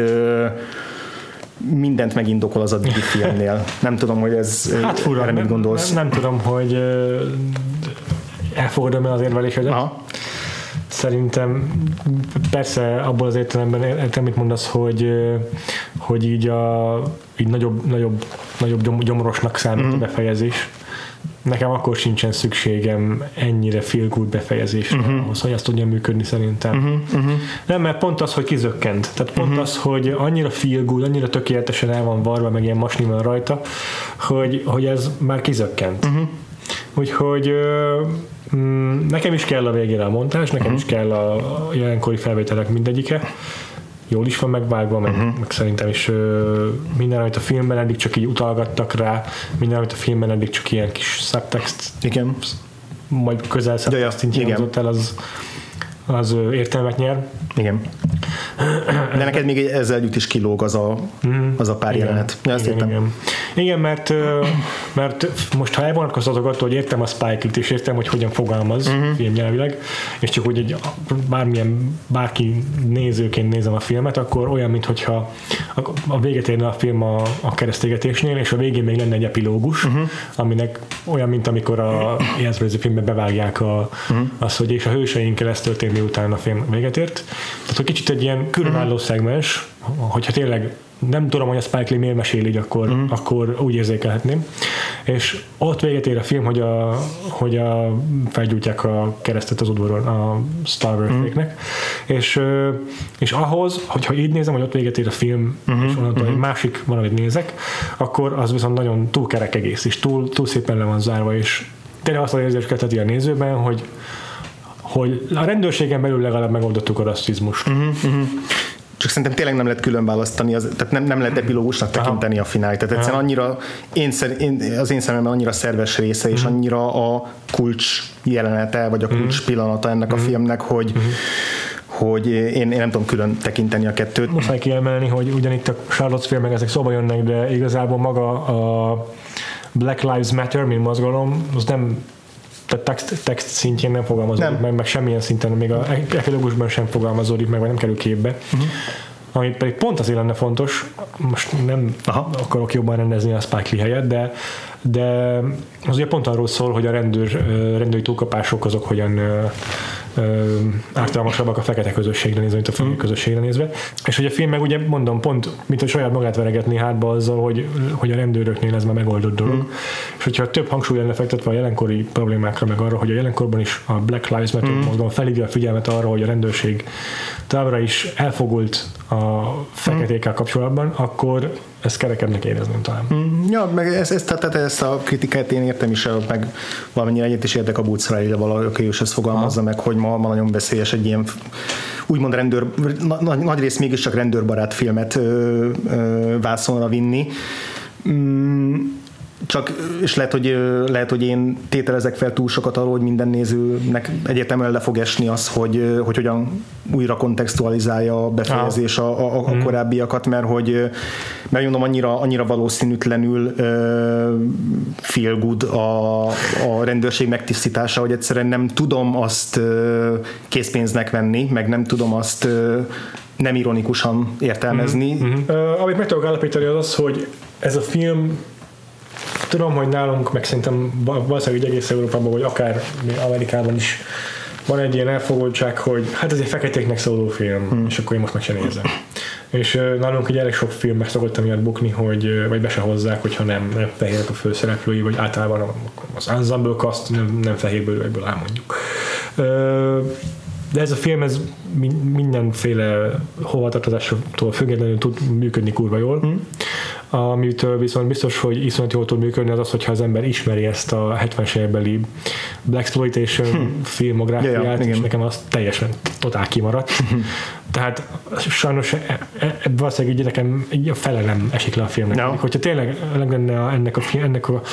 mindent megindokol az addigi filmnél. Nem tudom, hogy ez hát fura, erre mit gondolsz. Nem, nem tudom, hogy elfogadom-e az érvelésedet. Aha. Szerintem persze abból az értelemben értem, mit mondasz, hogy, hogy így, a, így nagyobb, nagyobb, nagyobb gyomorosnak számít mm. a befejezés. nekem akkor sincsen szükségem ennyire feel good befejezésre, uh-huh. ahhoz, hogy azt tudja működni szerintem. Uh-huh. Uh-huh. Nem, mert pont az, hogy kizökkent. Tehát pont uh-huh. az, hogy annyira feel good, annyira tökéletesen el van varva, meg ilyen masni van rajta, hogy, hogy ez már kizökkent. Uh-huh. Úgyhogy mm, nekem is kell a végére a montázs, nekem uh-huh. is kell a, a jelenkori felvételek mindegyike. Jól is van megvágva, meg, uh-huh. meg szerintem is ö, minden, amit a filmben eddig csak így utalgattak rá, minden, amit a filmben eddig csak ilyen kis subtext, igen. majd közel subtext szintjén hangzott el, az, az ö, értelmet nyer. Igen. De neked még ezzel együtt is kilóg az a, az a pár igen. jelenet. Ja, igen, igen. igen, mert, mert most ha elvonatkoztatok attól, hogy értem a Spike-t, és értem, hogy hogyan fogalmaz uh-huh. filmnyelvileg, és csak úgy egy bármilyen, bárki nézőként nézem a filmet, akkor olyan, mintha a véget érne a film a, a keresztégetésnél, és a végén még lenne egy epilógus, uh-huh. aminek olyan, mint amikor a életrajzi filmben bevágják a, uh-huh. azt, hogy és a hőseinkkel ez történt, miután a film véget ért. Tehát, hogy kicsit egy ilyen különálló szegmens, hogyha tényleg nem tudom, hogy a Spike Lee miért mesél így, akkor, uh-huh. akkor úgy érzékelhetném. És ott véget ér a film, hogy, a, hogy a, felgyújtják a keresztet az udvaron a Starworth-nek. Uh-huh. És, és ahhoz, hogyha így nézem, hogy ott véget ér a film, uh-huh. és onnantól uh-huh. egy másik valamit nézek, akkor az viszont nagyon túl kerek egész, és túl, túl szépen le van zárva, és tényleg azt az érzést kelteti a nézőben, hogy hogy a rendőrségen belül legalább megoldottuk a rasszizmust. Uh-huh, uh-huh. Csak szerintem tényleg nem lehet külön választani, az, tehát nem, nem lehet epilógusnak tekinteni a finálit. Tehát egyszerűen annyira, én, én, az én szememben annyira szerves része, és uh-huh. annyira a kulcs jelenete, vagy a kulcs uh-huh. pillanata ennek uh-huh. a filmnek, hogy uh-huh. hogy én, én nem tudom külön tekinteni a kettőt. Muszáj kiemelni, hogy ugyanitt a Charlotte filmek ezek szóba jönnek, de igazából maga a Black Lives Matter, mint mozgalom, az nem tehát text, text szintjén nem fogalmazódik nem. meg, meg semmilyen szinten, még a epilógusban sem fogalmazódik meg, vagy nem kerül képbe. Uh-huh. Ami pedig pont azért lenne fontos, most nem Aha. akarok jobban rendezni a Spike Lee helyet, de, de az ugye pont arról szól, hogy a rendőr, rendőri túlkapások azok hogyan ártalmasabbak a fekete közösségre nézve, mint a fehér közösségre nézve. És hogy a film meg ugye mondom pont, mint a saját magát veregetni hátba azzal, hogy, hogy a rendőröknél ez már megoldott dolog. Mm. És hogyha több hangsúly lenne fektetve a jelenkori problémákra, meg arra, hogy a jelenkorban is a Black Lives Matter mm. mozgalom felhívja a figyelmet arra, hogy a rendőrség továbbra is elfogult a feketékkel kapcsolatban, akkor ezt kerekebbnek érezném talán. Mm, ja, meg ezt, ezt, tehát ezt a kritikát én értem is, meg valamennyire egyet is érdek a Boots Riley-re valahogy, és ezt fogalmazza ha. meg, hogy ma, ma nagyon veszélyes egy ilyen úgymond rendőr, nagy, nagy rész mégiscsak rendőrbarát filmet ö, ö, vászonra vinni. Mm, csak, és lehet hogy, lehet, hogy én tételezek fel túl sokat arról, hogy minden nézőnek egyértelműen le fog esni az, hogy, hogy hogyan újra kontextualizálja a befejezés a, a, a mm. korábbiakat, mert hogy mert mondom, annyira, annyira valószínűtlenül uh, feel good a, a rendőrség megtisztítása, hogy egyszerűen nem tudom azt uh, készpénznek venni, meg nem tudom azt uh, nem ironikusan értelmezni. Mm-hmm. Uh, amit meg tudok állapítani az az, hogy ez a film tudom, hogy nálunk, meg szerintem valószínűleg egész Európában, vagy akár Amerikában is van egy ilyen elfogultság, hogy hát ez egy feketéknek szóló film, hmm. és akkor én most meg sem nézem. És uh, nálunk ugye elég sok film meg szokott emiatt bukni, hogy, uh, vagy be se hozzák, hogyha nem, nem fehérek a főszereplői, vagy általában az ensemble cast nem, nem fehérbőrűekből elmondjuk. Uh, de ez a film, ez mindenféle hovatartozástól függetlenül tud működni kurva jól. Hmm. Amitől viszont biztos, hogy iszonyat jól tud működni, az az, hogyha az ember ismeri ezt a hetvenes évekbeli Blaxploitation hmm. filmográfiát, ja, ja, és nekem az teljesen totál kimaradt. Hmm. Tehát sajnos e, e, valószínűleg így nekem így a fele nem esik le a filmnek. No. Hogyha tényleg lenne ennek a, ennek a,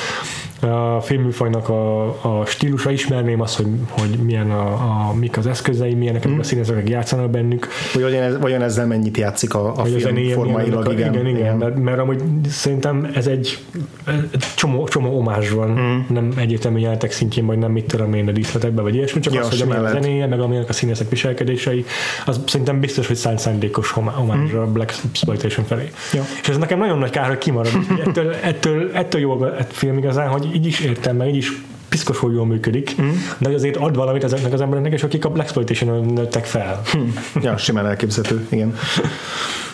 a filmműfajnak a, a stílusa, ismerném azt, hogy, hogy milyen a, a, mik az eszközei, milyenek hmm. a színészek játszanak bennük. Vajon ezzel mennyit játszik a, a film ilyen, formailag? A, igen, igen, igen, igen. Mert, mert amúgy szerintem ez egy, egy csomó, csomó omázs van, hmm. nem egyértelmű jelenetek szintjén, vagy nem mit tudom én a díszletekben, vagy ilyesmi, csak ja, az, hogy amilyen a zenéje, meg amilyenek a színészek viselkedései, az szerintem biztos, hogy szándékos omázs a Blaxploitation felé. Ja. És ez nekem nagyon nagy kár, hogy kimarad. Ettől, ettől, ettől jó a film igazán, hogy így is értem, meg így is piszkosul jól működik, mm. de azért ad valamit ezeknek az embereknek, és akik a Blaxploitation nőttek fel. Mm. Ja, simán elképzelhető, igen.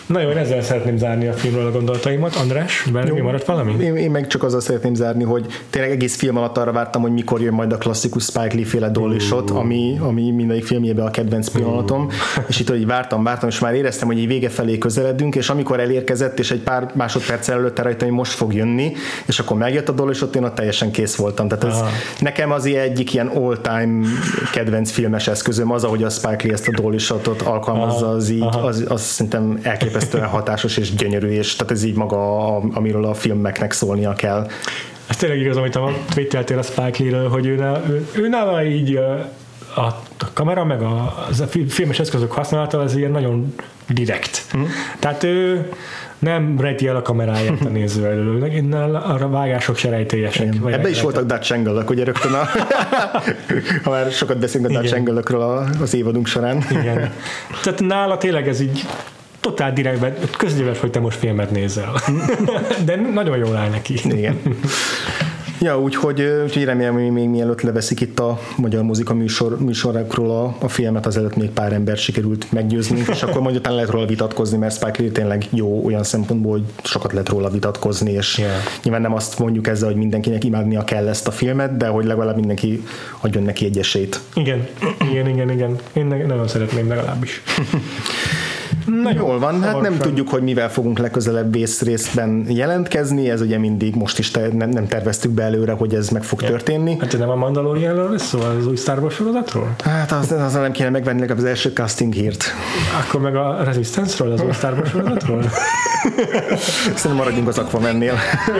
Na jó, én ezzel szeretném zárni a filmről a gondolataimat. András, mi maradt valami? Én, én meg csak azzal szeretném zárni, hogy tényleg egész film alatt arra vártam, hogy mikor jön majd a klasszikus Spike Lee-féle dolly shot, ami, ami mindegyik filmjében a kedvenc pillanatom, uh. és itt, hogy vártam, vártam, és már éreztem, hogy így vége felé közeledünk, és amikor elérkezett, és egy pár másodperc előtte rajta, hogy most fog jönni, és akkor megjött a dolly shot, én ott teljesen kész voltam. Tehát ez nekem az egyik ilyen all-time kedvenc filmes eszközöm, az, ahogy a Spike Lee ezt a dolly shotot alkalmazza, az így, az, az szerintem elképesztően hatásos és gyönyörű, és tehát ez így maga, amiről a filmeknek szólnia kell. Ez tényleg igaz, amit a tweeteltél a Spike Lee-ről, hogy ő, ő, ő nála így a kamera meg a, a filmes eszközök használata az ilyen nagyon direkt. Mm. Tehát ő nem rejti el a kameráját a néző elől. Innen a vágások se rejtélyesek. Ebben is voltak Dutch angle-ök, ugye rögtön a... ha már sokat beszélünk a Dutch angle-ökről az évadunk során. Igen. Tehát nála tényleg ez így totál direktben, közgyűlös, hogy te most filmet nézel. De nagyon jól áll neki. Igen. Ja, úgyhogy, úgyhogy remélem, hogy még mielőtt leveszik itt a Magyar Muzika műsor, műsorakról a, a filmet, azelőtt még pár ember sikerült meggyőznünk, és akkor mondjuk lehet róla vitatkozni, mert Spike Lee tényleg jó olyan szempontból, hogy sokat lehet róla vitatkozni, és yeah. nyilván nem azt mondjuk ezzel, hogy mindenkinek imádnia kell ezt a filmet, de hogy legalább mindenki adjon neki egy esélyt. Igen, igen, igen, igen. Én nagyon szeretném legalábbis. Na jól van, hát nem tudjuk, hogy mivel fogunk legközelebb részben jelentkezni, ez ugye mindig most is te, nem, nem terveztük be előre, hogy ez meg fog történni. Hát nem a Mandalorianról lesz szó, az új Star Wars sorozatról? Hát az, az nem kéne megvenni legalább az első casting hírt. Akkor meg a Resistance-ről, az új Star Wars sorozatról? Szerintem maradjunk az Aquaman-nél. Jó.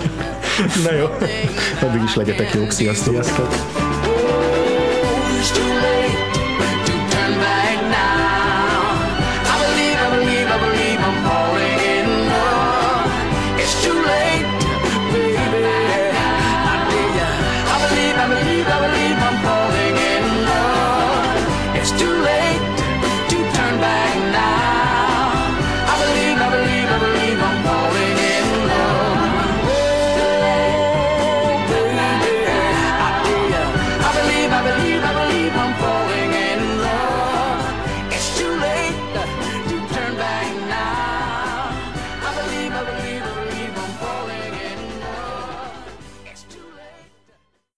Na jó. Addig is legyetek jók, sziasztok! Sziasztok!